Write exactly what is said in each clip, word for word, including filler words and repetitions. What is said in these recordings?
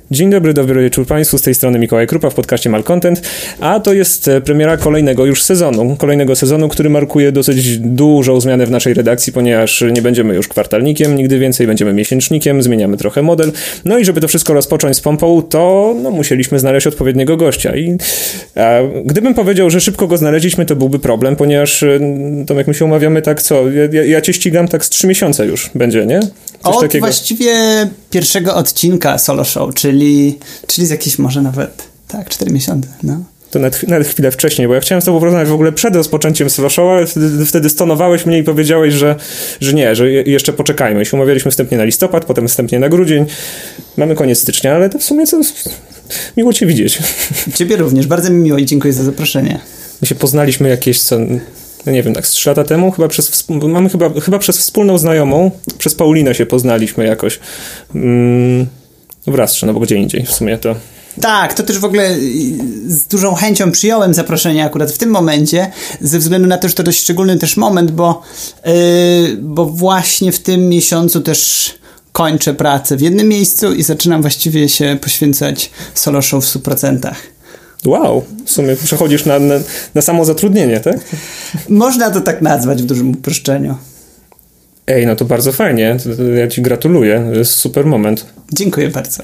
Dzień dobry, dobry wieczór Państwu, z tej strony Mikołaj Krupa w podcaście Malcontent, a to jest premiera kolejnego już sezonu, kolejnego sezonu, który markuje dosyć dużą zmianę w naszej redakcji, ponieważ nie będziemy już kwartalnikiem, nigdy więcej będziemy miesięcznikiem, zmieniamy trochę model, no i żeby to wszystko rozpocząć z pompą, to no, musieliśmy znaleźć odpowiedniego gościa i a, gdybym powiedział, że szybko go znaleźliśmy, to byłby problem, ponieważ to jak my się umawiamy, tak co, ja, ja cię ścigam tak z trzy miesiące już będzie, nie? Coś Od takiego. Właściwie pierwszego odcinka Solo Show, czyli, czyli z jakieś może nawet, tak, cztery miesiące, no. To nawet, nawet chwilę wcześniej, bo ja chciałem z tobą porozmawiać w ogóle przed rozpoczęciem Solo Show, ale wtedy, wtedy stonowałeś mnie i powiedziałeś, że, że nie, że jeszcze poczekajmy. Się umawialiśmy wstępnie na listopad, potem wstępnie na grudzień. Mamy koniec stycznia, ale to w sumie co, miło cię widzieć. Ciebie również, bardzo mi miło i dziękuję za zaproszenie. My się poznaliśmy jakieś, co... No nie wiem, tak z trzy lata temu, chyba przez, mamy chyba, chyba przez wspólną znajomą, przez Paulinę się poznaliśmy jakoś mm, w Rastrze, no bo gdzie indziej w sumie to... Tak, to też w ogóle z dużą chęcią przyjąłem zaproszenie akurat w tym momencie, ze względu na to, że to dość szczególny też moment, bo, yy, bo właśnie w tym miesiącu też kończę pracę w jednym miejscu i zaczynam właściwie się poświęcać Solo Show w stu procentach. Wow, w sumie przechodzisz na, na, na samo zatrudnienie, tak? Można to tak nazwać w dużym uproszczeniu. Ej, no to bardzo fajnie, ja ci gratuluję, to jest super moment. Dziękuję bardzo.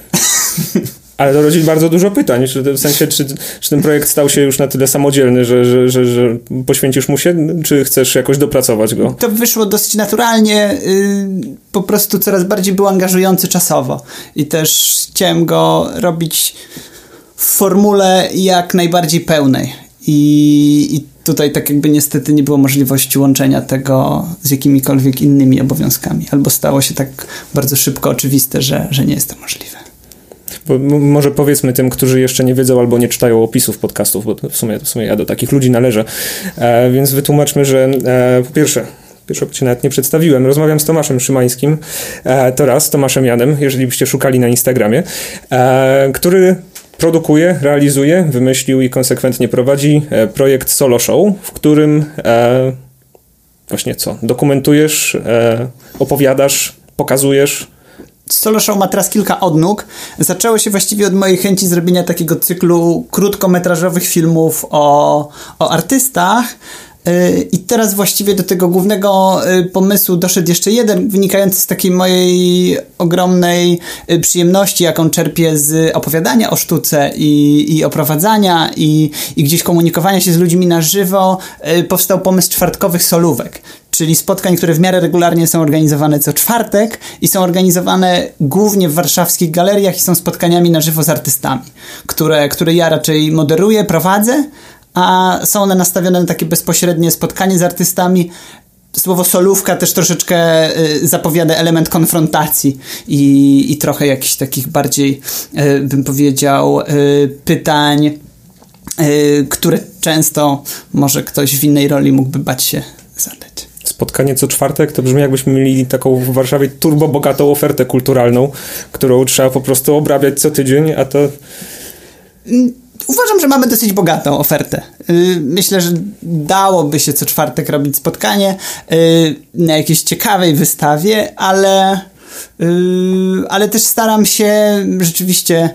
Ale to rodzi bardzo dużo pytań, w sensie, czy, czy ten projekt stał się już na tyle samodzielny, że, że, że, że poświęcisz mu się, czy chcesz jakoś dopracować go? To wyszło dosyć naturalnie, yy, po prostu coraz bardziej był angażujący czasowo i też chciałem go robić w formule jak najbardziej pełnej i, i tutaj tak jakby niestety nie było możliwości łączenia tego z jakimikolwiek innymi obowiązkami, albo stało się tak bardzo szybko oczywiste, że, że nie jest to możliwe. Bo m- może powiedzmy tym, którzy jeszcze nie wiedzą albo nie czytają opisów podcastów, bo w sumie, w sumie ja do takich ludzi należę, e, więc wytłumaczmy, że e, po pierwsze, pierwsze cię nawet nie przedstawiłem, rozmawiam z Tomaszem Szymańskim, e, to raz, Tomaszem Janem, jeżeli byście szukali na Instagramie, e, który produkuje, realizuje, wymyślił i konsekwentnie prowadzi e, projekt Solo Show, w którym e, właśnie co, dokumentujesz, e, opowiadasz, pokazujesz. Solo Show ma teraz kilka odnóg. Zaczęło się właściwie od mojej chęci zrobienia takiego cyklu krótkometrażowych filmów o, o artystach. I teraz właściwie do tego głównego pomysłu doszedł jeszcze jeden, wynikający z takiej mojej ogromnej przyjemności, jaką czerpię z opowiadania o sztuce i, i oprowadzania i, i gdzieś komunikowania się z ludźmi na żywo. Powstał pomysł czwartkowych solówek, czyli spotkań, które w miarę regularnie są organizowane co czwartek i są organizowane głównie w warszawskich galeriach i są spotkaniami na żywo z artystami, które, które ja raczej moderuję, prowadzę, a są one nastawione na takie bezpośrednie spotkanie z artystami. Słowo solówka też troszeczkę y, zapowiada element konfrontacji i, i trochę jakichś takich bardziej, y, bym powiedział, y, pytań, y, które często może ktoś w innej roli mógłby bać się zadać. Spotkanie co czwartek to brzmi, jakbyśmy mieli taką w Warszawie turbo bogatą ofertę kulturalną, którą trzeba po prostu obrabiać co tydzień, a to... Uważam, że mamy dosyć bogatą ofertę. Myślę, że dałoby się co czwartek robić spotkanie na jakiejś ciekawej wystawie, ale, ale też staram się rzeczywiście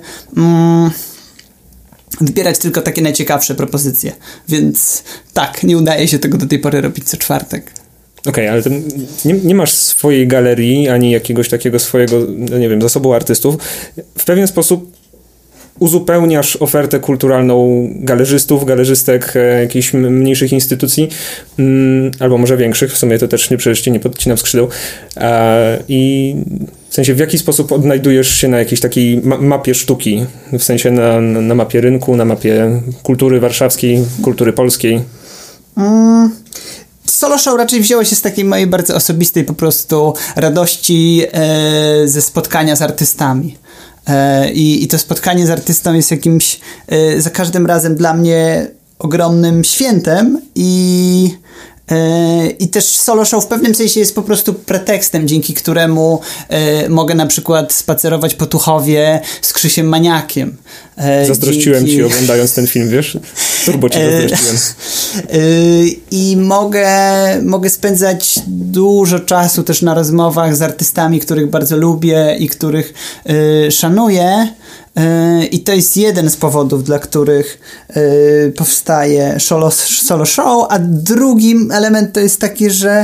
wybierać tylko takie najciekawsze propozycje. Więc tak, nie udaje się tego do tej pory robić co czwartek. Okej, okay, ale ten, nie, nie masz swojej galerii, ani jakiegoś takiego swojego, nie wiem, zasobu artystów. W pewien sposób uzupełniasz ofertę kulturalną galerzystów, galerzystek, e, jakichś mniejszych instytucji, mm, albo może większych, w sumie to też nie przecież nie podcinam skrzydeł. E, I w sensie w jaki sposób odnajdujesz się na jakiejś takiej ma- mapie sztuki, w sensie na, na, na mapie rynku, na mapie kultury warszawskiej, kultury polskiej? Mm. Solo Show raczej wzięło się z takiej mojej bardzo osobistej po prostu radości e, ze spotkania z artystami. E, i, I to spotkanie z artystą jest jakimś e, za każdym razem dla mnie ogromnym świętem i I też Solo Show w pewnym sensie jest po prostu pretekstem, dzięki któremu e, mogę na przykład spacerować po Tuchowie z Krzysiem Maniakiem. E, Zazdrościłem dzięki... ci oglądając ten film, wiesz? Turbo ci zazdrościłem. E, I mogę, mogę spędzać dużo czasu też na rozmowach z artystami, których bardzo lubię i których e, szanuję. I to jest jeden z powodów, dla których powstaje solo, solo show, a drugim element to jest taki, że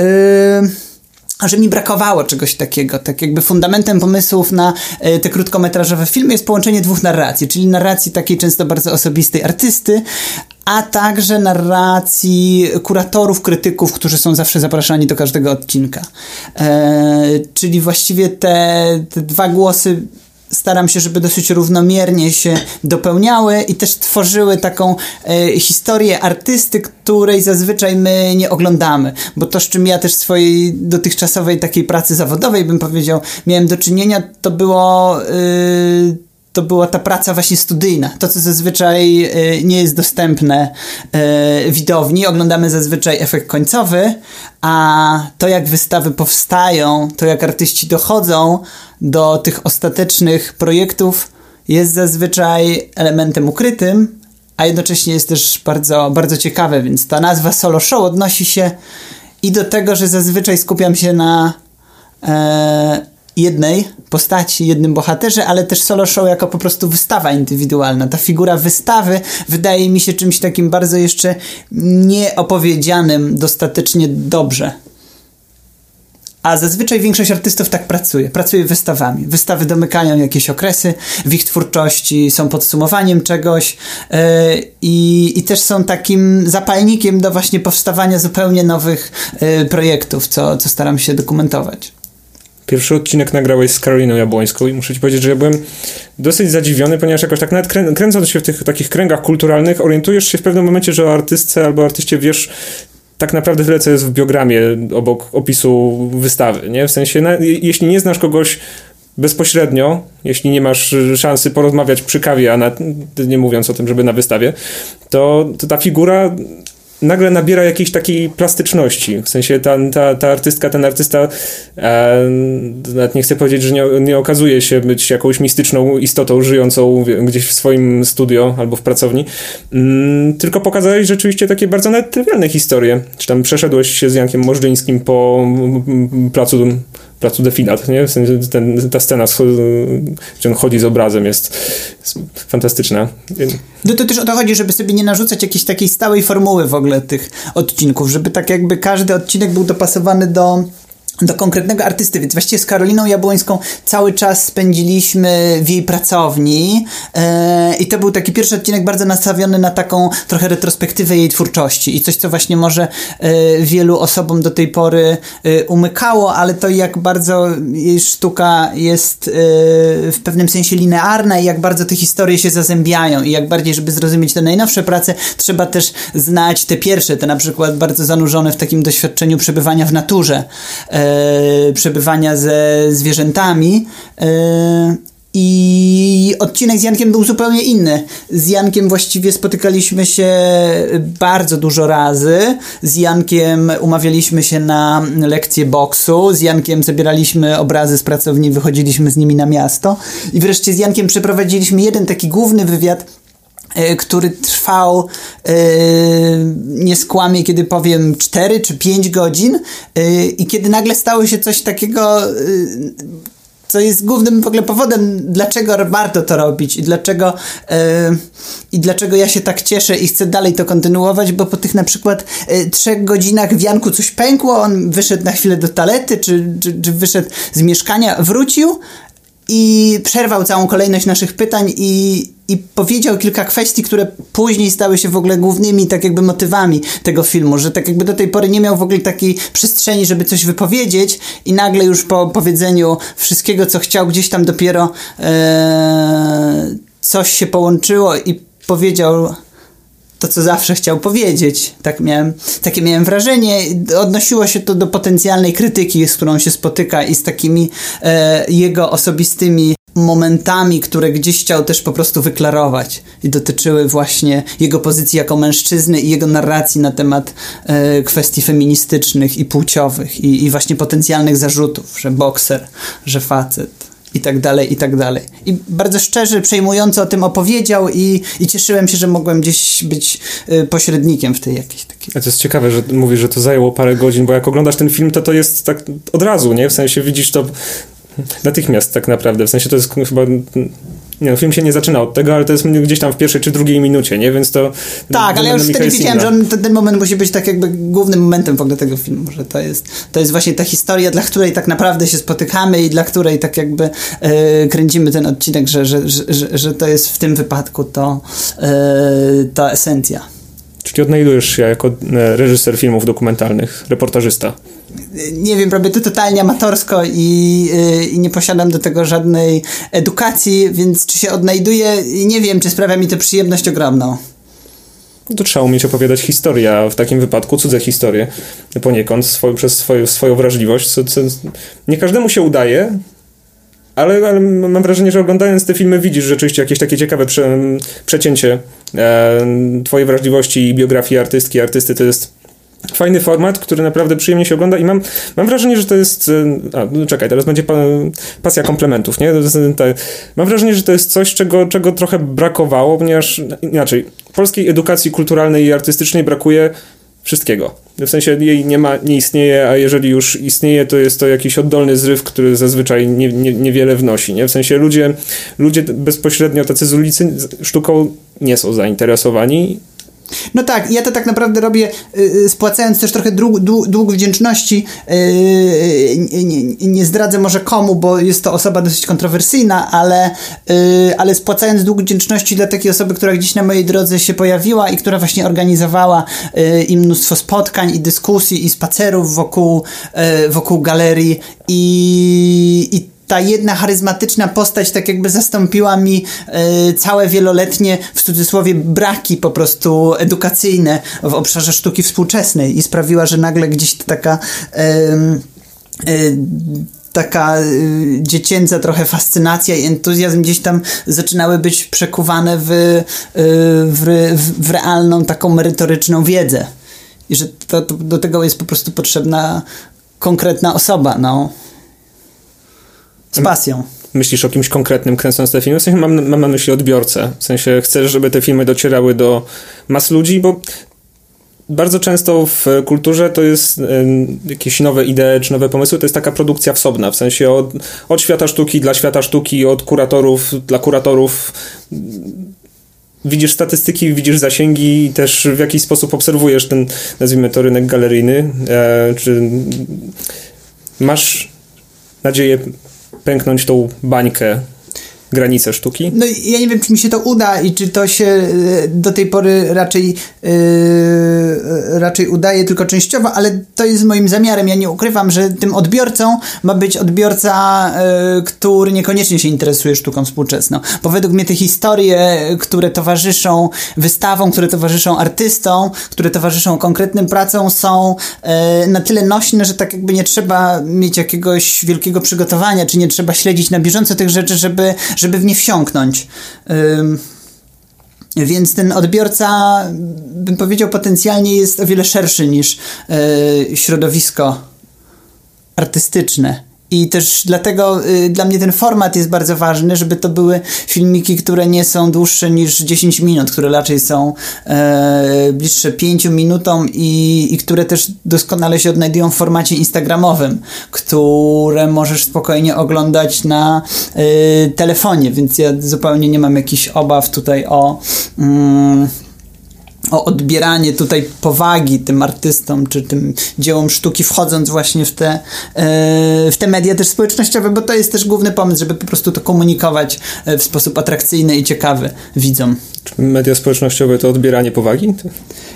że mi brakowało czegoś takiego. Tak jakby fundamentem pomysłów na te krótkometrażowe filmy jest połączenie dwóch narracji, czyli narracji takiej często bardzo osobistej artysty, a także narracji kuratorów, krytyków, którzy są zawsze zapraszani do każdego odcinka. E, czyli właściwie te, te dwa głosy staram się, żeby dosyć równomiernie się dopełniały i też tworzyły taką e, historię artysty, której zazwyczaj my nie oglądamy. Bo to, z czym ja też w swojej dotychczasowej takiej pracy zawodowej, bym powiedział, miałem do czynienia, to było... Yy, to była ta praca właśnie studyjna. To, co zazwyczaj y, nie jest dostępne y, widowni. Oglądamy zazwyczaj efekt końcowy, a to, jak wystawy powstają, to jak artyści dochodzą do tych ostatecznych projektów, jest zazwyczaj elementem ukrytym, a jednocześnie jest też bardzo, bardzo ciekawe, więc ta nazwa solo show odnosi się i do tego, że zazwyczaj skupiam się na e, jednej postaci, jednym bohaterze, ale też solo show jako po prostu wystawa indywidualna. Ta figura wystawy wydaje mi się czymś takim bardzo jeszcze nieopowiedzianym dostatecznie dobrze. A zazwyczaj większość artystów tak pracuje. Pracuje wystawami. Wystawy domykają jakieś okresy w ich twórczości, są podsumowaniem czegoś yy, i, i też są takim zapalnikiem do właśnie powstawania zupełnie nowych yy, projektów, co, co staram się dokumentować. Pierwszy odcinek nagrałeś z Karoliną Jabłońską i muszę ci powiedzieć, że ja byłem dosyć zadziwiony, ponieważ jakoś tak nawet krę- kręcąc się w tych takich kręgach kulturalnych, orientujesz się w pewnym momencie, że o artystce albo artyście wiesz tak naprawdę tyle, co jest w biogramie obok opisu wystawy, nie? W sensie, na, jeśli nie znasz kogoś bezpośrednio, jeśli nie masz szansy porozmawiać przy kawie, a na, nie mówiąc o tym, żeby na wystawie, to, to ta figura nagle nabiera jakiejś takiej plastyczności. W sensie ta, ta, ta artystka, ten artysta e, nawet nie chcę powiedzieć, że nie, nie okazuje się być jakąś mistyczną istotą żyjącą gdzieś w swoim studio albo w pracowni, mm, tylko pokazałeś rzeczywiście takie bardzo nawet trywialne historie. Czy tam przeszedłeś się z Jankiem Możdżyńskim po placu placu Defilat, nie? W sensie ten, ta scena, gdzie on chodzi z obrazem, jest, jest fantastyczna. No to też o to chodzi, żeby sobie nie narzucać jakiejś takiej stałej formuły w ogóle tych odcinków, żeby tak jakby każdy odcinek był dopasowany do do konkretnego artysty, więc właściwie z Karoliną Jabłońską cały czas spędziliśmy w jej pracowni yy, i to był taki pierwszy odcinek bardzo nastawiony na taką trochę retrospektywę jej twórczości i coś, co właśnie może yy, wielu osobom do tej pory yy, umykało, ale to jak bardzo jej sztuka jest yy, w pewnym sensie linearna i jak bardzo te historie się zazębiają i jak bardziej, żeby zrozumieć te najnowsze prace, trzeba też znać te pierwsze, te na przykład bardzo zanurzone w takim doświadczeniu przebywania w naturze, yy, przebywania ze zwierzętami yy, i odcinek z Jankiem był zupełnie inny. Z Jankiem właściwie spotykaliśmy się bardzo dużo razy. Z Jankiem umawialiśmy się na lekcje boksu. Z Jankiem zabieraliśmy obrazy z pracowni, wychodziliśmy z nimi na miasto. I wreszcie z Jankiem przeprowadziliśmy jeden taki główny wywiad, który trwał, yy, nie skłamię, kiedy powiem cztery czy pięć godzin yy, i kiedy nagle stało się coś takiego, yy, co jest głównym w ogóle powodem, dlaczego warto to robić i dlaczego yy, i dlaczego ja się tak cieszę i chcę dalej to kontynuować, bo po tych na przykład yy, trzech godzinach w Janku coś pękło, on wyszedł na chwilę do toalety, czy, czy, czy wyszedł z mieszkania, wrócił i przerwał całą kolejność naszych pytań i, i powiedział kilka kwestii, które później stały się w ogóle głównymi tak jakby motywami tego filmu, że tak jakby do tej pory nie miał w ogóle takiej przestrzeni, żeby coś wypowiedzieć i nagle już po powiedzeniu wszystkiego, co chciał, gdzieś tam dopiero e, coś się połączyło i powiedział to, co zawsze chciał powiedzieć. Tak miałem, takie miałem wrażenie. Odnosiło się to do potencjalnej krytyki, z którą się spotyka i z takimi e, jego osobistymi momentami, które gdzieś chciał też po prostu wyklarować i dotyczyły właśnie jego pozycji jako mężczyzny i jego narracji na temat e, kwestii feministycznych i płciowych i, i właśnie potencjalnych zarzutów, że bokser, że facet i tak dalej, i tak dalej. I bardzo szczerze, przejmująco o tym opowiedział i, i cieszyłem się, że mogłem gdzieś być y, pośrednikiem w tej jakiejś takiej... A to jest ciekawe, że mówisz, że to zajęło parę godzin, bo jak oglądasz ten film, to to jest tak od razu, nie? W sensie widzisz to natychmiast tak naprawdę. W sensie to jest chyba nie, no, film się nie zaczyna od tego, ale to jest gdzieś tam w pierwszej czy drugiej minucie, nie? Więc to... Tak, ale ja już wtedy wiedziałem, że on, ten moment musi być tak jakby głównym momentem w ogóle tego filmu, że to jest, to jest właśnie ta historia, dla której tak naprawdę się spotykamy i dla której tak jakby e, kręcimy ten odcinek, że, że, że, że, że to jest w tym wypadku to e, ta esencja. Czyli odnajdujesz się jako reżyser filmów dokumentalnych, reportażysta? Nie wiem, robię to totalnie amatorsko i, yy, i nie posiadam do tego żadnej edukacji, więc czy się odnajduję, nie wiem, czy sprawia mi to przyjemność ogromną. To trzeba umieć opowiadać historię, a w takim wypadku cudze historie poniekąd swoj, przez swoją, swoją wrażliwość, co, co nie każdemu się udaje, ale, ale mam wrażenie, że oglądając te filmy widzisz rzeczywiście jakieś takie ciekawe prze, przecięcie e, twojej wrażliwości i biografii artystki, artysty. To jest fajny format, który naprawdę przyjemnie się ogląda i mam, mam wrażenie, że to jest... A, no czekaj, teraz będzie pa, pasja komplementów, nie? To jest, to, mam wrażenie, że to jest coś, czego, czego trochę brakowało, ponieważ inaczej, polskiej edukacji kulturalnej i artystycznej brakuje wszystkiego. W sensie jej nie ma, nie istnieje, a jeżeli już istnieje, to jest to jakiś oddolny zryw, który zazwyczaj nie, nie, niewiele wnosi, nie? W sensie ludzie, ludzie bezpośrednio tacy z ulicy sztuką nie są zainteresowani. No tak, ja to tak naprawdę robię yy, spłacając też trochę dług, dług, dług wdzięczności. Yy, nie, nie, nie zdradzę może komu, bo jest to osoba dosyć kontrowersyjna, ale, yy, ale spłacając dług wdzięczności dla takiej osoby, która gdzieś na mojej drodze się pojawiła i która właśnie organizowała yy, i mnóstwo spotkań i dyskusji i spacerów wokół, yy, wokół galerii i, i ta jedna charyzmatyczna postać tak jakby zastąpiła mi y, całe wieloletnie, w cudzysłowie, braki po prostu edukacyjne w obszarze sztuki współczesnej i sprawiła, że nagle gdzieś taka y, y, taka y, dziecięca trochę fascynacja i entuzjazm gdzieś tam zaczynały być przekuwane w, y, w, w, w realną taką merytoryczną wiedzę i że to, to, do tego jest po prostu potrzebna konkretna osoba, no. Z pasją. Myślisz o kimś konkretnym, kręcąc te filmy? W sensie mam, mam na myśli odbiorcę. W sensie chcesz, żeby te filmy docierały do mas ludzi, bo bardzo często w kulturze to jest y, jakieś nowe idee czy nowe pomysły, to jest taka produkcja wsobna, w sensie od, od świata sztuki dla świata sztuki, od kuratorów dla kuratorów. Widzisz statystyki, widzisz zasięgi i też w jakiś sposób obserwujesz ten, nazwijmy to, rynek galeryjny. E, czy masz nadzieję pęknąć tą bańkę, granicę sztuki? No ja nie wiem, czy mi się to uda i czy to się do tej pory raczej yy, raczej udaje tylko częściowo, ale to jest moim zamiarem. Ja nie ukrywam, że tym odbiorcą ma być odbiorca, yy, który niekoniecznie się interesuje sztuką współczesną. Bo według mnie te historie, które towarzyszą wystawom, które towarzyszą artystom, które towarzyszą konkretnym pracom, są yy, na tyle nośne, że tak jakby nie trzeba mieć jakiegoś wielkiego przygotowania, czy nie trzeba śledzić na bieżąco tych rzeczy, żeby żeby w nie wsiąknąć. Ym, więc ten odbiorca, bym powiedział, potencjalnie jest o wiele szerszy niż yy, środowisko artystyczne. I też dlatego y, dla mnie ten format jest bardzo ważny, żeby to były filmiki, które nie są dłuższe niż dziesięć minut, które raczej są y, bliższe pięciu minutom i, i które też doskonale się odnajdują w formacie instagramowym, które możesz spokojnie oglądać na y, telefonie, więc ja zupełnie nie mam jakichś obaw tutaj o... Mm, o odbieranie tutaj powagi tym artystom, czy tym dziełom sztuki, wchodząc właśnie w te, yy, w te media też społecznościowe, bo to jest też główny pomysł, żeby po prostu to komunikować w sposób atrakcyjny i ciekawy widzom. Czy media społecznościowe to odbieranie powagi? To...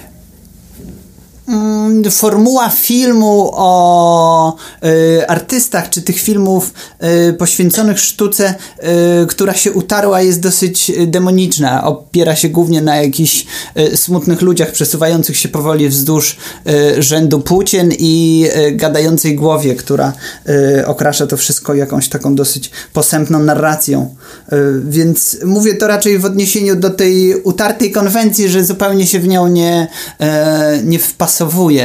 Formuła filmu o y, artystach, czy tych filmów y, poświęconych sztuce, y, która się utarła, jest dosyć demoniczna. Opiera się głównie na jakichś y, smutnych ludziach przesuwających się powoli wzdłuż y, rzędu płócien i y, gadającej głowie, która y, okrasza to wszystko jakąś taką dosyć posępną narracją. Y, więc mówię to raczej w odniesieniu do tej utartej konwencji, że zupełnie się w nią nie, y, nie wpasowuje.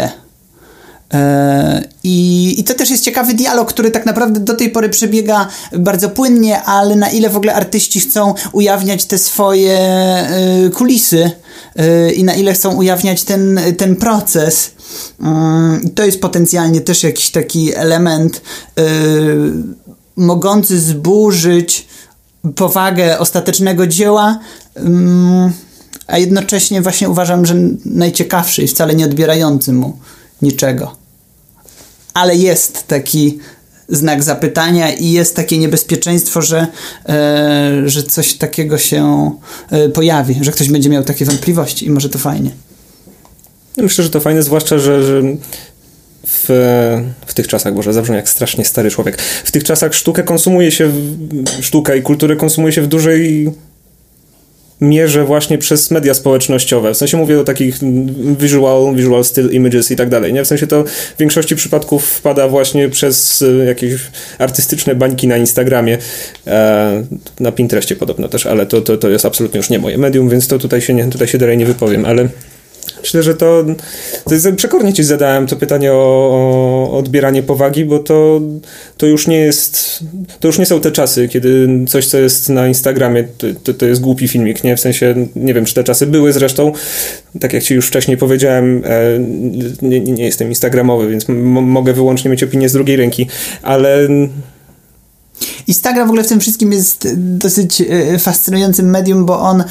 I, I to też jest ciekawy dialog, który tak naprawdę do tej pory przebiega bardzo płynnie, ale na ile w ogóle artyści chcą ujawniać te swoje y, kulisy y, i na ile chcą ujawniać ten, ten proces. Y, to jest potencjalnie też jakiś taki element y, mogący zburzyć powagę ostatecznego dzieła, um, a jednocześnie właśnie uważam, że najciekawszy i wcale nie odbierający mu niczego. Ale jest taki znak zapytania i jest takie niebezpieczeństwo, że, e, że coś takiego się e, pojawi, że ktoś będzie miał takie wątpliwości i może to fajnie. Myślę, że to fajne, zwłaszcza, że, że w, w tych czasach, Boże, zabrzmi jak strasznie stary człowiek, w tych czasach sztukę konsumuje się, sztukę i kulturę konsumuje się w dużej mierze właśnie przez media społecznościowe. W sensie mówię o takich visual, visual still images i tak dalej, nie? W sensie to w większości przypadków wpada właśnie przez jakieś artystyczne bańki na Instagramie, e, na Pinterestie podobno też, ale to, to, to jest absolutnie już nie moje medium, więc to tutaj się, nie, tutaj się dalej nie wypowiem, ale myślę, że to, to jest, przekornie ci zadałem to pytanie o, o odbieranie powagi, bo to, to już nie jest, to już nie są te czasy, kiedy coś, co jest na Instagramie, to, to, to jest głupi filmik, nie? W sensie, nie wiem, czy te czasy były zresztą, tak jak ci już wcześniej powiedziałem, e, nie, nie jestem instagramowy, więc m- mogę wyłącznie mieć opinię z drugiej ręki, ale Instagram w ogóle w tym wszystkim jest dosyć y, fascynującym medium, bo on y,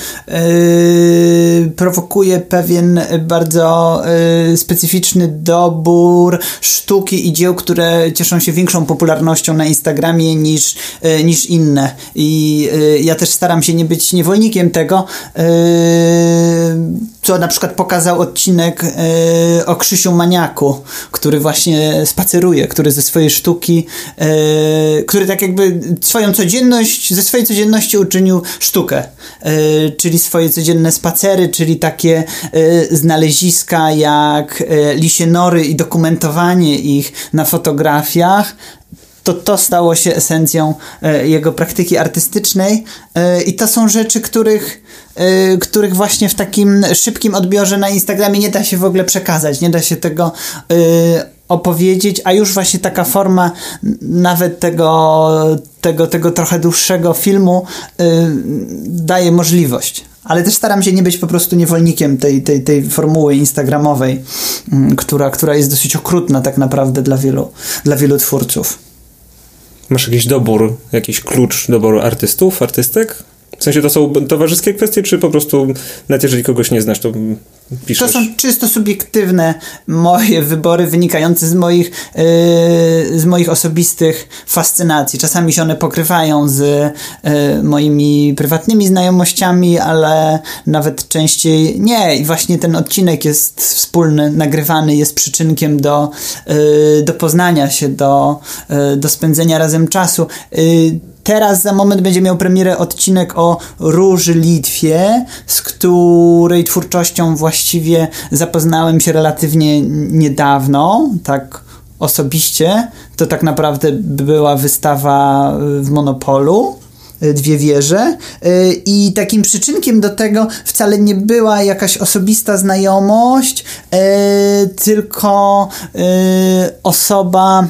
prowokuje pewien bardzo y, specyficzny dobór sztuki i dzieł, które cieszą się większą popularnością na Instagramie niż, y, niż inne. I y, ja też staram się nie być niewolnikiem tego, y, co na przykład pokazał odcinek y, o Krzysiu Maniaku, który właśnie spaceruje, który ze swojej sztuki, y, który tak jakby swoją codzienność, ze swojej codzienności uczynił sztukę, y, czyli swoje codzienne spacery, czyli takie y, znaleziska jak y, lisie nory i dokumentowanie ich na fotografiach. To to stało się esencją y, jego praktyki artystycznej y, i to są rzeczy, których y, których właśnie w takim szybkim odbiorze na Instagramie nie da się w ogóle przekazać, nie da się tego y, opowiedzieć, a już właśnie taka forma nawet tego, tego, tego trochę dłuższego filmu y, daje możliwość. Ale też staram się nie być po prostu niewolnikiem tej, tej, tej formuły instagramowej, y, która, która jest dosyć okrutna tak naprawdę dla wielu, dla wielu twórców. Masz jakiś dobór, jakiś klucz doboru artystów, artystek? W sensie to są towarzyskie kwestie, czy po prostu nawet jeżeli kogoś nie znasz, to piszesz? To są czysto subiektywne moje wybory wynikające z moich, yy, z moich osobistych fascynacji. Czasami się one pokrywają z yy, moimi prywatnymi znajomościami, ale nawet częściej nie. I właśnie ten odcinek jest wspólny, nagrywany, jest przyczynkiem do, yy, do poznania się, do, yy, do spędzenia razem czasu. Yy, Teraz za moment będzie miał premierę odcinek o Róży Litwie, z której twórczością właściwie zapoznałem się relatywnie niedawno, tak osobiście. To tak naprawdę była wystawa w Monopolu, Dwie wieże, i takim przyczynkiem do tego wcale nie była jakaś osobista znajomość, tylko osoba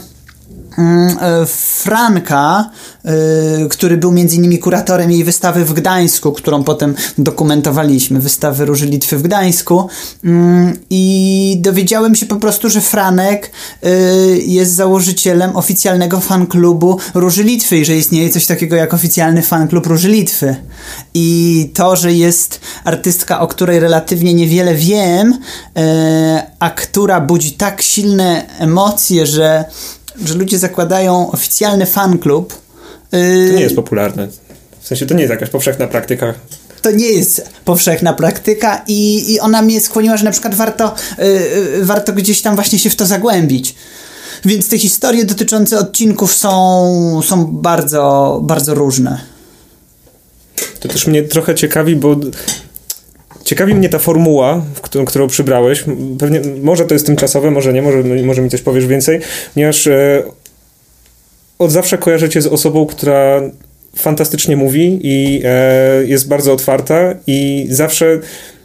Franka, y, który był między innymi kuratorem jej wystawy w Gdańsku, którą potem dokumentowaliśmy, wystawy Róży Litwy w Gdańsku, y, i dowiedziałem się po prostu, że Franek y, jest założycielem oficjalnego fanklubu Róży Litwy i że istnieje coś takiego jak oficjalny fanklub Róży Litwy. I to, że jest artystka, o której relatywnie niewiele wiem, y, a która budzi tak silne emocje, że że ludzie zakładają oficjalny fanklub. Yy, to nie jest popularne. W sensie to nie jest jakaś powszechna praktyka. To nie jest powszechna praktyka i, i ona mnie skłoniła, że na przykład warto, yy, warto gdzieś tam właśnie się w to zagłębić. Więc te historie dotyczące odcinków są, są bardzo, bardzo różne. To też mnie trochę ciekawi, bo ciekawi mnie ta formuła, którą, którą przybrałeś. Pewnie, może to jest tymczasowe, może nie, może, może mi coś powiesz więcej, ponieważ e, od zawsze kojarzę cię z osobą, która fantastycznie mówi i e, jest bardzo otwarta i zawsze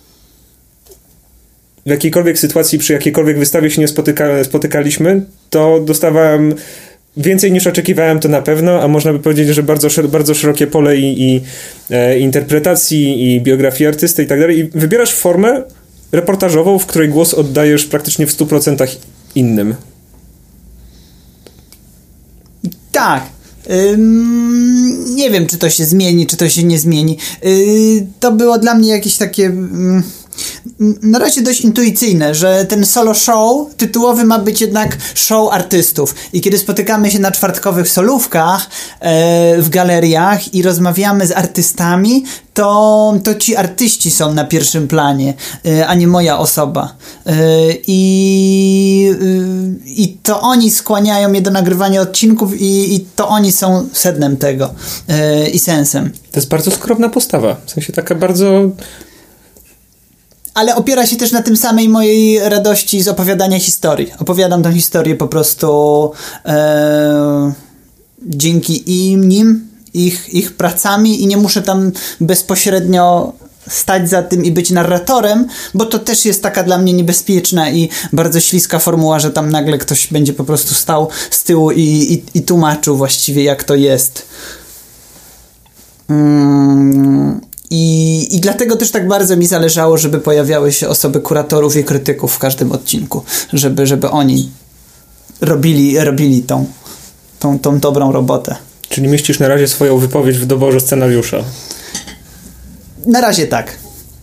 w jakiejkolwiek sytuacji, przy jakiejkolwiek wystawie się nie spotyka, spotykaliśmy, to dostawałem więcej niż oczekiwałem, to na pewno, a można by powiedzieć, że bardzo, szer- bardzo szerokie pole i, i e, interpretacji i biografii artysty i tak dalej. I wybierasz formę reportażową, w której głos oddajesz praktycznie w stu procentach innym. Tak, Ym, nie wiem, czy to się zmieni, czy to się nie zmieni. Yy, to było dla mnie jakieś takie... Yy, na razie dość intuicyjne, że ten solo show tytułowy ma być jednak show artystów i kiedy spotykamy się na czwartkowych solówkach e, w galeriach i rozmawiamy z artystami, to, to ci artyści są na pierwszym planie, e, a nie moja osoba e, i, e, i to oni skłaniają mnie do nagrywania odcinków i, i to oni są sednem tego e, i sensem. To jest bardzo skromna postawa, w sensie taka bardzo... Ale opiera się też na tym samej mojej radości z opowiadania historii. Opowiadam tę historię po prostu e, dzięki im, nim, ich, ich pracami i nie muszę tam bezpośrednio stać za tym i być narratorem, bo to też jest taka dla mnie niebezpieczna i bardzo śliska formuła, że tam nagle ktoś będzie po prostu stał z tyłu i, i, i tłumaczył właściwie jak to jest. Mm. I, I dlatego też tak bardzo mi zależało, żeby pojawiały się osoby kuratorów i krytyków w każdym odcinku, żeby, żeby oni robili, robili tą, tą, tą dobrą robotę. Czyli mieścisz na razie swoją wypowiedź w doborze scenariusza? Na razie tak.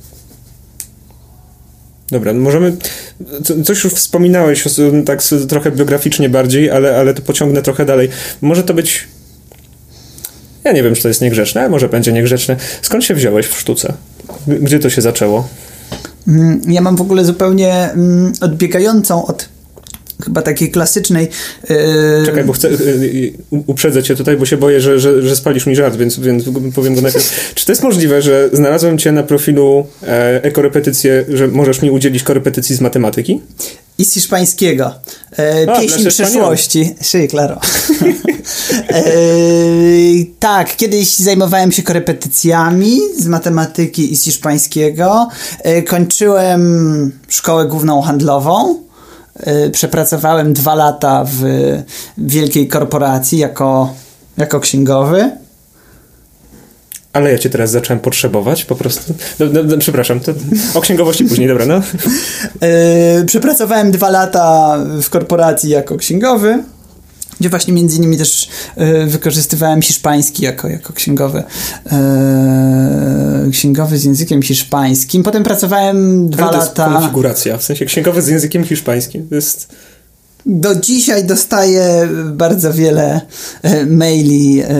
Dobra, możemy... Coś już wspominałeś, tak trochę biograficznie bardziej, ale, ale to pociągnę trochę dalej. Może to być... Ja nie wiem, czy to jest niegrzeczne, ale może będzie niegrzeczne. Skąd się wziąłeś w sztuce? Gdzie to się zaczęło? Ja mam w ogóle zupełnie odbiegającą od chyba takiej klasycznej... Yy... Czekaj, bo chcę yy, uprzedzę cię tutaj, bo się boję, że, że, że spalisz mi żart, więc, więc powiem go najpierw. Czy to jest możliwe, że znalazłem cię na profilu e, ekorepetycje, że możesz mi udzielić korepetycji z matematyki? I z hiszpańskiego. E, A, pieśń przeszłości. Sí, claro. e, tak, kiedyś zajmowałem się korepetycjami z matematyki i z hiszpańskiego. E, kończyłem szkołę główną handlową. E, przepracowałem dwa lata w wielkiej korporacji jako, jako księgowy. Ale ja cię teraz zacząłem potrzebować, po prostu. No, no, no, przepraszam, to o księgowości później, dobra, no. Yy, przepracowałem dwa lata w korporacji jako księgowy, gdzie właśnie między innymi też yy, wykorzystywałem hiszpański jako, jako księgowy. Yy, księgowy z językiem hiszpańskim. Potem pracowałem dwa Ale to lata... jest konfiguracja, w sensie księgowy z językiem hiszpańskim. To jest... Do dzisiaj dostaję bardzo wiele yy, maili... Yy,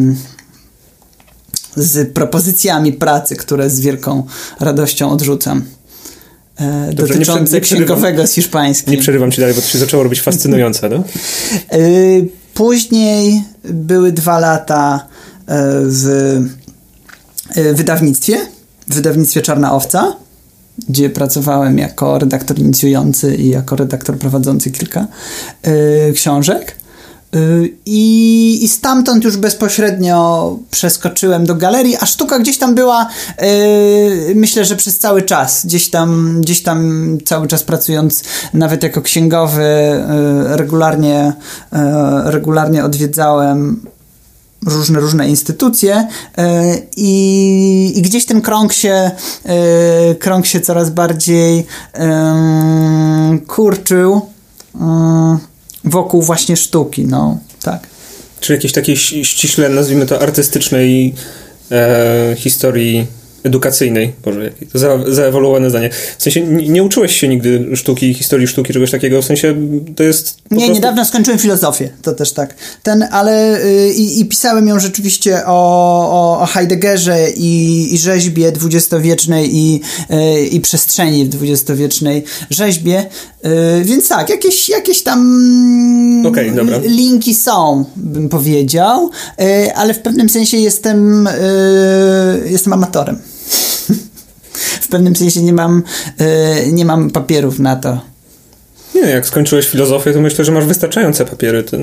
z propozycjami pracy, które z wielką radością odrzucam. E, Dobrze, dotyczące nie prze, nie księgowego z hiszpańskim. Nie przerywam ci dalej, bo to się zaczęło robić fascynujące, no? E, później były dwa lata w wydawnictwie, w wydawnictwie Czarna Owca, gdzie pracowałem jako redaktor inicjujący i jako redaktor prowadzący kilka e, książek. I, I stamtąd już bezpośrednio przeskoczyłem do galerii, a sztuka gdzieś tam była, yy, myślę, że przez cały czas. Gdzieś tam, gdzieś tam cały czas pracując nawet jako księgowy, yy, regularnie, yy, regularnie odwiedzałem różne, różne instytucje yy, i, i gdzieś ten krąg się, yy, krąg się coraz bardziej yy, kurczył. Yy. Wokół właśnie sztuki, no, tak. Czy jakiejś takiej ściśle, nazwijmy to, artystycznej e, historii edukacyjnej? Boże, jakie to za, zaewoluowane zdanie. W sensie nie, nie uczyłeś się nigdy sztuki, historii sztuki, czegoś takiego, w sensie to jest... Nie, prostu... niedawno skończyłem filozofię, to też tak. Ten, ale yy, i pisałem ją rzeczywiście o, o, o Heideggerze i, i rzeźbie dwudziestowiecznej i, yy, i przestrzeni w dwudziestowiecznej rzeźbie, yy, więc tak, jakieś, jakieś tam okay, dobra. linki są, bym powiedział, yy, ale w pewnym sensie jestem yy, jestem amatorem. W pewnym sensie nie mam, yy, nie mam papierów na to. Nie, jak skończyłeś filozofię, to myślę, że masz wystarczające papiery. Ten...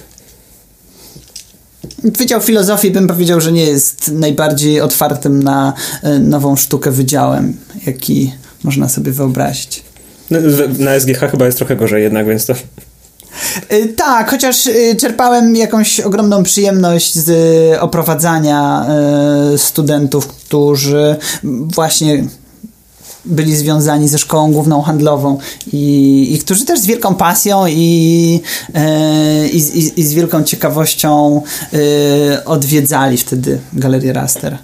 Wydział Filozofii bym powiedział, że nie jest najbardziej otwartym na y, nową sztukę wydziałem, jaki można sobie wyobrazić. No, na S G H chyba jest trochę gorzej jednak, więc to... Yy, tak, chociaż yy, czerpałem jakąś ogromną przyjemność z yy, oprowadzania yy, studentów, którzy właśnie byli związani ze szkołą główną handlową i, i którzy też z wielką pasją i, yy, i, i z wielką ciekawością yy, odwiedzali wtedy Galerię Raster.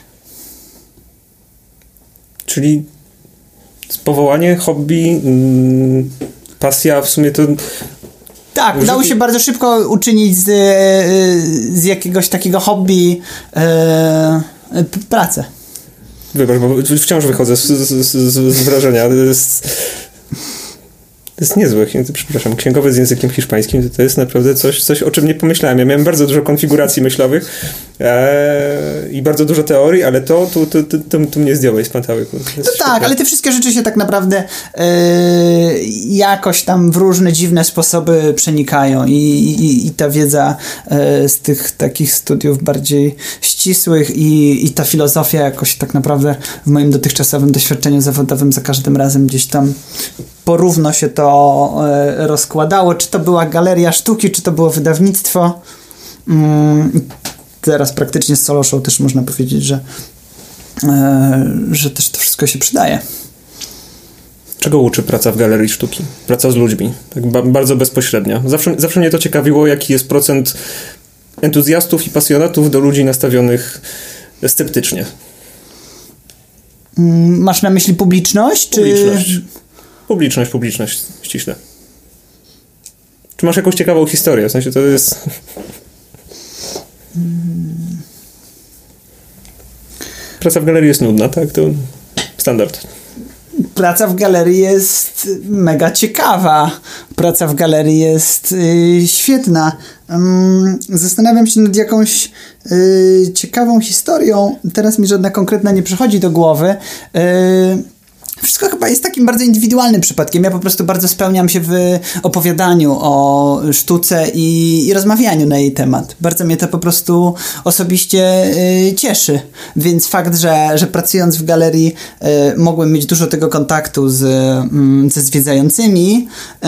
Czyli powołanie, hobby, mm, pasja, w sumie to... Tak, udało się bardzo szybko uczynić z, z jakiegoś takiego hobby yy, pracę. Wybacz, bo wciąż wychodzę z, z, z, z wrażenia. To jest, to jest niezłe. Przepraszam, księgowy z językiem hiszpańskim to jest naprawdę coś, coś, o czym nie pomyślałem. Ja miałem bardzo dużo konfiguracji myślowych e, i bardzo dużo teorii, ale to tu, tu, tu, tu, tu mnie zdjąłeś z pantały. No tak, ale te wszystkie rzeczy się tak naprawdę e, jakoś tam w różne dziwne sposoby przenikają i, i, i ta wiedza e, z tych takich studiów bardziej ścisłych i, i ta filozofia jakoś tak naprawdę w moim dotychczasowym doświadczeniu zawodowym za każdym razem gdzieś tam porówno się to e, rozkładało. Czy to była galeria sztuki, czy to było wydawnictwo. Mm, teraz praktycznie z Solo Show też można powiedzieć, że, e, że też to wszystko się przydaje. Czego uczy praca w galerii sztuki? Praca z ludźmi. Tak ba- bardzo bezpośrednia. Zawsze, zawsze mnie to ciekawiło, jaki jest procent entuzjastów i pasjonatów do ludzi nastawionych sceptycznie. Masz na myśli publiczność? Czy... Publiczność. Publiczność, publiczność, ściśle. Czy masz jakąś ciekawą historię? W sensie to jest... Praca w galerii jest nudna, tak? To standard. Praca w galerii jest mega ciekawa. Praca w galerii jest yy, świetna. Um, zastanawiam się nad jakąś yy, ciekawą historią. Teraz mi żadna konkretna nie przychodzi do głowy. Yy, Wszystko chyba jest takim bardzo indywidualnym przypadkiem. Ja po prostu bardzo spełniam się w opowiadaniu o sztuce i, i rozmawianiu na jej temat. Bardzo mnie to po prostu osobiście y, cieszy. Więc fakt, że, że pracując w galerii y, mogłem mieć dużo tego kontaktu z, y, ze zwiedzającymi, y,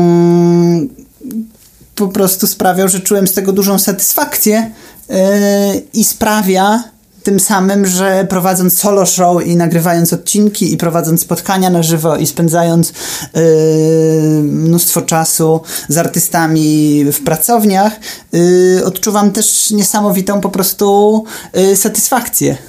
po prostu sprawiał, że czułem z tego dużą satysfakcję y, i sprawia tym samym, że prowadząc solo show i nagrywając odcinki i prowadząc spotkania na żywo i spędzając yy, mnóstwo czasu z artystami w pracowniach, yy, odczuwam też niesamowitą po prostu yy, satysfakcję.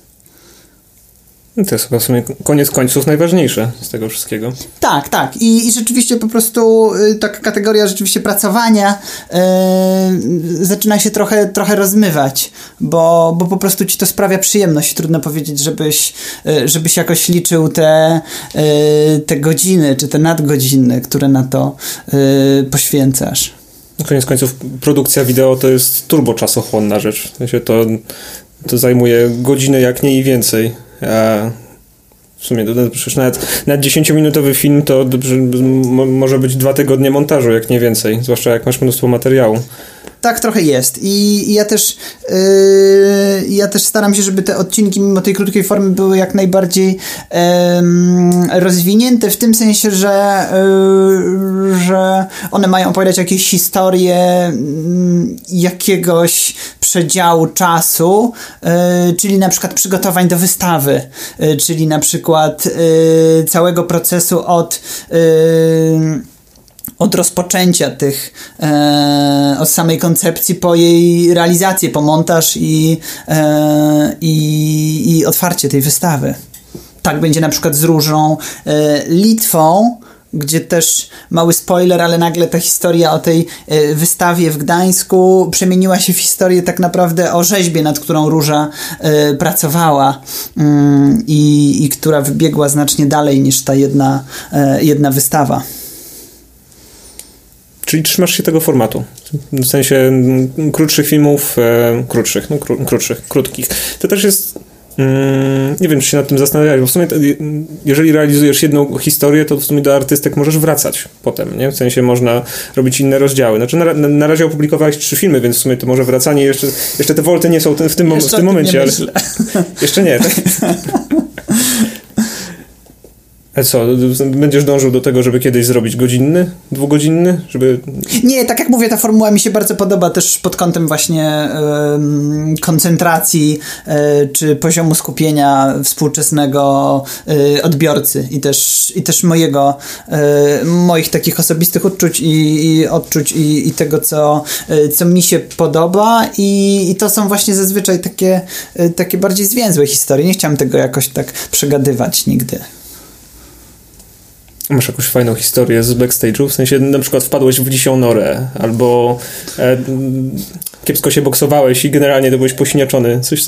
To jest chyba w sumie koniec końców najważniejsze z tego wszystkiego. Tak, tak. I, i rzeczywiście po prostu y, taka kategoria rzeczywiście pracowania y, zaczyna się trochę, trochę rozmywać, bo, bo po prostu ci to sprawia przyjemność. Trudno powiedzieć, żebyś, y, żebyś jakoś liczył te, y, te godziny, czy te nadgodziny, które na to y, poświęcasz. Koniec końców produkcja wideo to jest turbo czasochłonna rzecz. W sensie to, to zajmuje godziny jak nie i więcej. A w sumie to, to przecież nawet, nawet dziesięciominutowy film to dobrze, mo, może być dwa tygodnie montażu, jak nie więcej. Zwłaszcza jak masz mnóstwo materiału. Tak trochę jest i, i ja też yy, ja też staram się, żeby te odcinki mimo tej krótkiej formy były jak najbardziej yy, rozwinięte w tym sensie, że, yy, że one mają opowiadać jakieś historie yy, jakiegoś przedziału czasu, yy, czyli na przykład przygotowań do wystawy, yy, czyli na przykład yy, całego procesu od yy, od rozpoczęcia tych, e, od samej koncepcji po jej realizację, po montaż i, e, i, i otwarcie tej wystawy. Tak będzie na przykład z Różą e, Litwą, gdzie też mały spoiler, ale nagle ta historia o tej e, wystawie w Gdańsku przemieniła się w historię tak naprawdę o rzeźbie, nad którą Róża e, pracowała mm, i, i która wybiegła znacznie dalej niż ta jedna, e, jedna wystawa. Czyli trzymasz się tego formatu. W sensie m, krótszych filmów, e, krótszych, no kró, krótszych, krótkich. To też jest, mm, nie wiem, czy się nad tym zastanawiałeś, bo w sumie to, jeżeli realizujesz jedną historię, to w sumie do artystek możesz wracać potem, nie? W sensie można robić inne rozdziały. Znaczy na, na, na razie opublikowałeś trzy filmy, więc w sumie to może wracanie, jeszcze, jeszcze te wolty nie są ten, w tym, mom- w tym momencie, ale jeszcze nie. Tak? A co, będziesz dążył do tego, żeby kiedyś zrobić godzinny, dwugodzinny? Żeby... Nie, tak jak mówię, ta formuła mi się bardzo podoba też pod kątem właśnie y, koncentracji y, czy poziomu skupienia współczesnego y, odbiorcy i też, i też mojego, y, moich takich osobistych odczuć i, i odczuć i, i tego, co, y, co mi się podoba i, i to są właśnie zazwyczaj takie, y, takie bardziej zwięzłe historie. Nie chciałem tego jakoś tak przegadywać nigdy. Masz jakąś fajną historię z backstage'u? W sensie na przykład wpadłeś w lisią norę albo e, kiepsko się boksowałeś i generalnie to byłeś posiniaczony. Coś...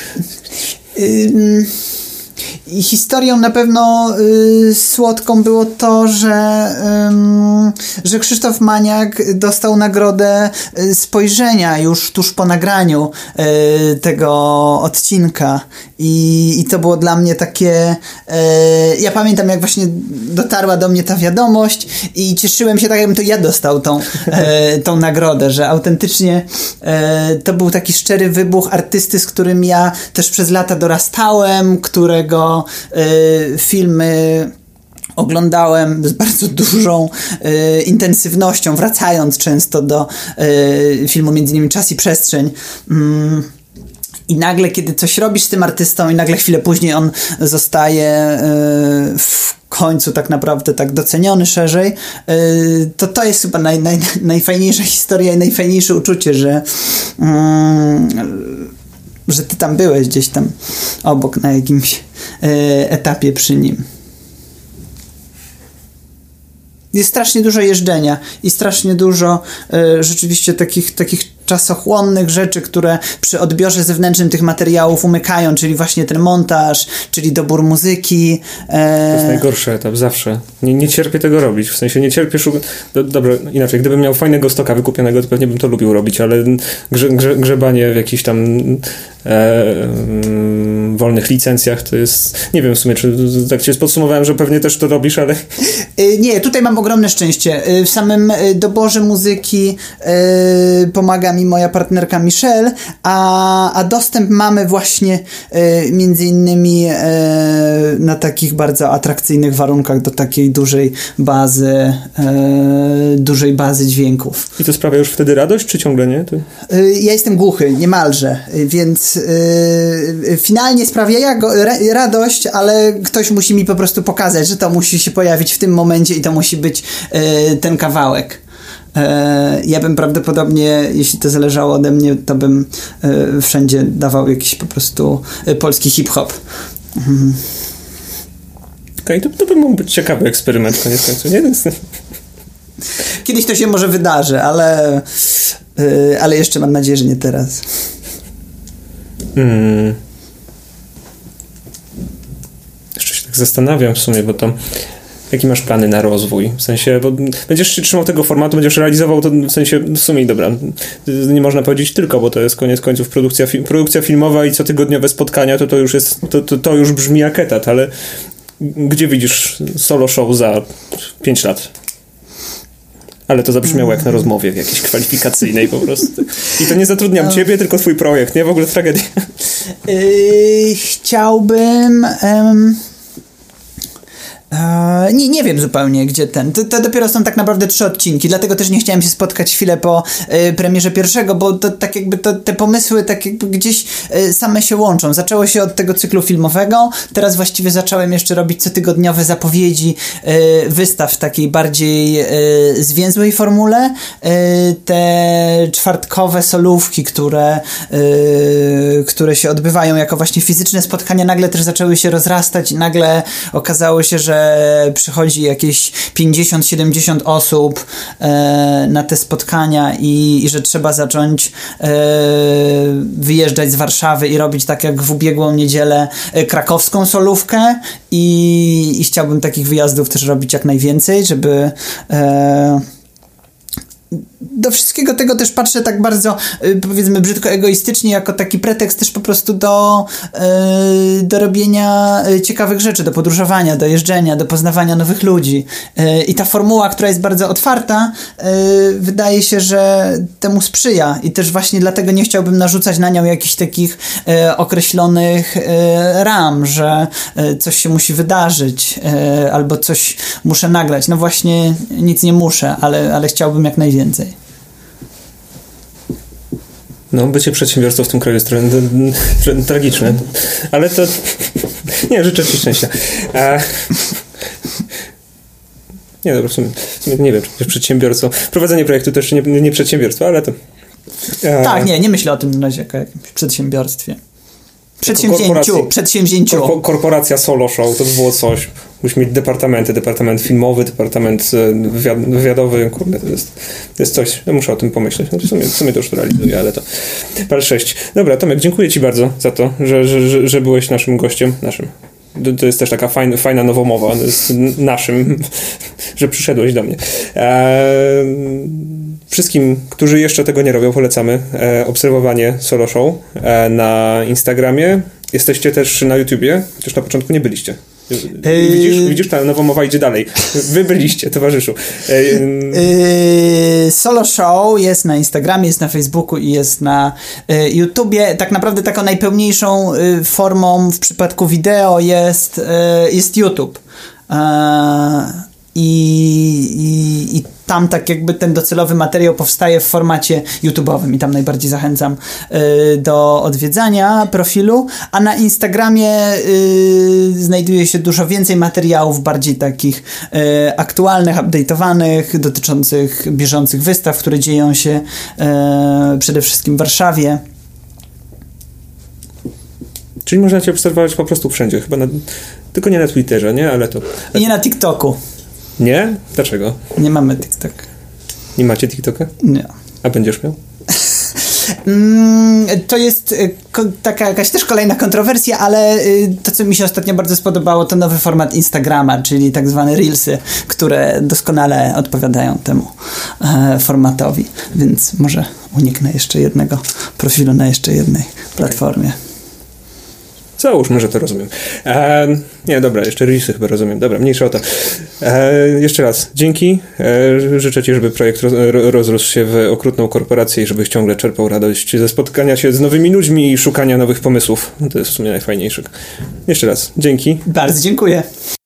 Ym... I historią na pewno y, słodką było to, że, y, że Krzysztof Maniak dostał nagrodę y, spojrzenia już tuż po nagraniu y, tego odcinka i, i to było dla mnie takie y, ja pamiętam, jak właśnie dotarła do mnie ta wiadomość i cieszyłem się tak, jakbym to ja dostał tą, y, tą nagrodę, że autentycznie y, to był taki szczery wybuch artysty, z którym ja też przez lata dorastałem, którego y, filmy oglądałem z bardzo dużą y, intensywnością, wracając często do y, filmu między innymi Czas i Przestrzeń. Mm. I nagle, kiedy coś robisz z tym artystą i nagle chwilę później on zostaje y, w końcu tak naprawdę tak doceniony szerzej, y, to to jest chyba naj, naj, najfajniejsza historia i najfajniejsze uczucie, że y, że ty tam byłeś gdzieś tam obok na jakimś e, etapie przy nim. Jest strasznie dużo jeżdżenia i strasznie dużo e, rzeczywiście takich, takich czasochłonnych rzeczy, które przy odbiorze zewnętrznym tych materiałów umykają, czyli właśnie ten montaż, czyli dobór muzyki. E... To jest najgorszy etap, zawsze. Nie, nie cierpię tego robić, w sensie nie cierpię szuk... Do, dobra, inaczej, gdybym miał fajnego stoka wykupionego, to pewnie bym to lubił robić, ale grze, grze, grzebanie w jakichś tam e, mm, wolnych licencjach to jest, nie wiem w sumie, czy tak cię podsumowałem, że pewnie też to robisz, ale... E, nie, tutaj mam ogromne szczęście. E, w samym doborze muzyki e, pomaga mi moja partnerka Michelle, a, a dostęp mamy właśnie e, między innymi e, na takich bardzo atrakcyjnych warunkach do takiej dużej bazy e, dużej bazy dźwięków. I to sprawia już wtedy radość, czy ciągle nie? Ty? E, ja jestem głuchy, niemalże, więc e, finalnie sprawia ja go, ra, radość, ale ktoś musi mi po prostu pokazać, że to musi się pojawić w tym momencie i to musi być e, ten kawałek. Ja bym prawdopodobnie, jeśli to zależało ode mnie, to bym wszędzie dawał jakiś po prostu polski hip-hop. Mhm. Okej, okay, to, to by mógł być ciekawy eksperyment koniec końców, nie? Kiedyś to się może wydarzy, ale ale jeszcze mam nadzieję, że nie teraz. Hmm. Jeszcze się tak zastanawiam w sumie, bo tam jakie masz plany na rozwój? W sensie, bo będziesz się trzymał tego formatu, będziesz realizował to w sensie, w sumie dobra, nie można powiedzieć tylko, bo to jest koniec końców produkcja, fi- produkcja filmowa i cotygodniowe spotkania, to to już jest, to, to, to już brzmi jak etat, ale gdzie widzisz solo show za pięć lat? Ale to zabrzmiało jak na rozmowie w jakiejś kwalifikacyjnej po prostu. I to nie zatrudniam no. ciebie, tylko twój projekt, nie? W ogóle tragedia. Yy, chciałbym... Um... Eee, nie, nie wiem zupełnie, gdzie ten. To, to dopiero są tak naprawdę trzy odcinki, dlatego też nie chciałem się spotkać chwilę po e, premierze pierwszego, bo to tak jakby to, te pomysły tak jakby gdzieś e, same się łączą. Zaczęło się od tego cyklu filmowego, teraz właściwie zacząłem jeszcze robić cotygodniowe zapowiedzi e, wystaw w takiej bardziej e, zwięzłej formule. E, te czwartkowe solówki, które, e, które się odbywają jako właśnie fizyczne spotkania, nagle też zaczęły się rozrastać i nagle okazało się, że przychodzi jakieś pięćdziesiąt siedemdziesiąt osób e, na te spotkania i, i że trzeba zacząć e, wyjeżdżać z Warszawy i robić tak jak w ubiegłą niedzielę e, krakowską solówkę i, i chciałbym takich wyjazdów też robić jak najwięcej, żeby e, do wszystkiego tego też patrzę tak bardzo, powiedzmy, brzydko egoistycznie, jako taki pretekst też po prostu do, do robienia ciekawych rzeczy, do podróżowania, do jeżdżenia, do poznawania nowych ludzi. I ta formuła, która jest bardzo otwarta, wydaje się, że temu sprzyja i też właśnie dlatego nie chciałbym narzucać na nią jakichś takich określonych ram, że coś się musi wydarzyć albo coś muszę nagrać. No właśnie nic nie muszę, ale, ale chciałbym jak najwięcej. No, bycie przedsiębiorcą w tym kraju jest trochę tragiczne, ale to... Nie, życzę ci szczęścia. A... Nie, dobra, w sumie, w sumie nie wiem, czy przedsiębiorcą... Prowadzenie projektu to jeszcze nie, nie przedsiębiorstwo, ale to... A... Tak, nie, nie myślę o tym na razie jako jakimś przedsiębiorstwie. Przedsięwzięciu, przedsięwzięciu. Kor- korporacja Solo Show, to by było coś. Musimy mieć departamenty, departament filmowy, departament wywiad- wywiadowy. Kurde, to jest, to jest coś. Ja muszę o tym pomyśleć. No, w, sumie, w sumie to już to realizuję, ale to... Pal sześć. Dobra, Tomek, dziękuję ci bardzo za to, że, że, że, że byłeś naszym gościem. Naszym. To jest też taka fajna, fajna nowomowa. To jest naszym, że przyszedłeś do mnie. Eee, wszystkim, którzy jeszcze tego nie robią, polecamy e, obserwowanie Solo Show e, na Instagramie. Jesteście też na YouTubie, chociaż na początku nie byliście. Widzisz, widzisz, ta nowomowa idzie dalej. Wy byliście, towarzyszu. Yy, Solo Show jest na Instagramie, jest na Facebooku i jest na y, YouTubie. Tak naprawdę taką najpełniejszą y, formą w przypadku wideo jest, y, jest YouTube. Y, I, i, i tam tak jakby ten docelowy materiał powstaje w formacie YouTube'owym i tam najbardziej zachęcam y, do odwiedzania profilu, a na Instagramie y, znajduje się dużo więcej materiałów bardziej takich y, aktualnych, update'owanych, dotyczących bieżących wystaw, które dzieją się y, przede wszystkim w Warszawie. Czyli można cię obserwować po prostu wszędzie, chyba na, tylko nie na Twitterze, nie? Ale to... I nie na TikToku. Nie? Dlaczego? Nie mamy TikToka. Nie macie TikToka? Nie. A będziesz miał? To jest taka jakaś też kolejna kontrowersja, ale to, co mi się ostatnio bardzo spodobało, to nowy format Instagrama, czyli tak zwane Reelsy, które doskonale odpowiadają temu formatowi, więc może uniknę jeszcze jednego profilu na jeszcze jednej platformie. Okay. Załóżmy, że to rozumiem. E, nie, dobra, jeszcze Reelsy chyba rozumiem. Dobra, mniejsza o to. E, jeszcze raz, dzięki. E, życzę ci, żeby projekt roz, rozrósł się w okrutną korporację i żebyś ciągle czerpał radość ze spotkania się z nowymi ludźmi i szukania nowych pomysłów. To jest w sumie najfajniejsze. Jeszcze raz, dzięki. Bardzo dziękuję.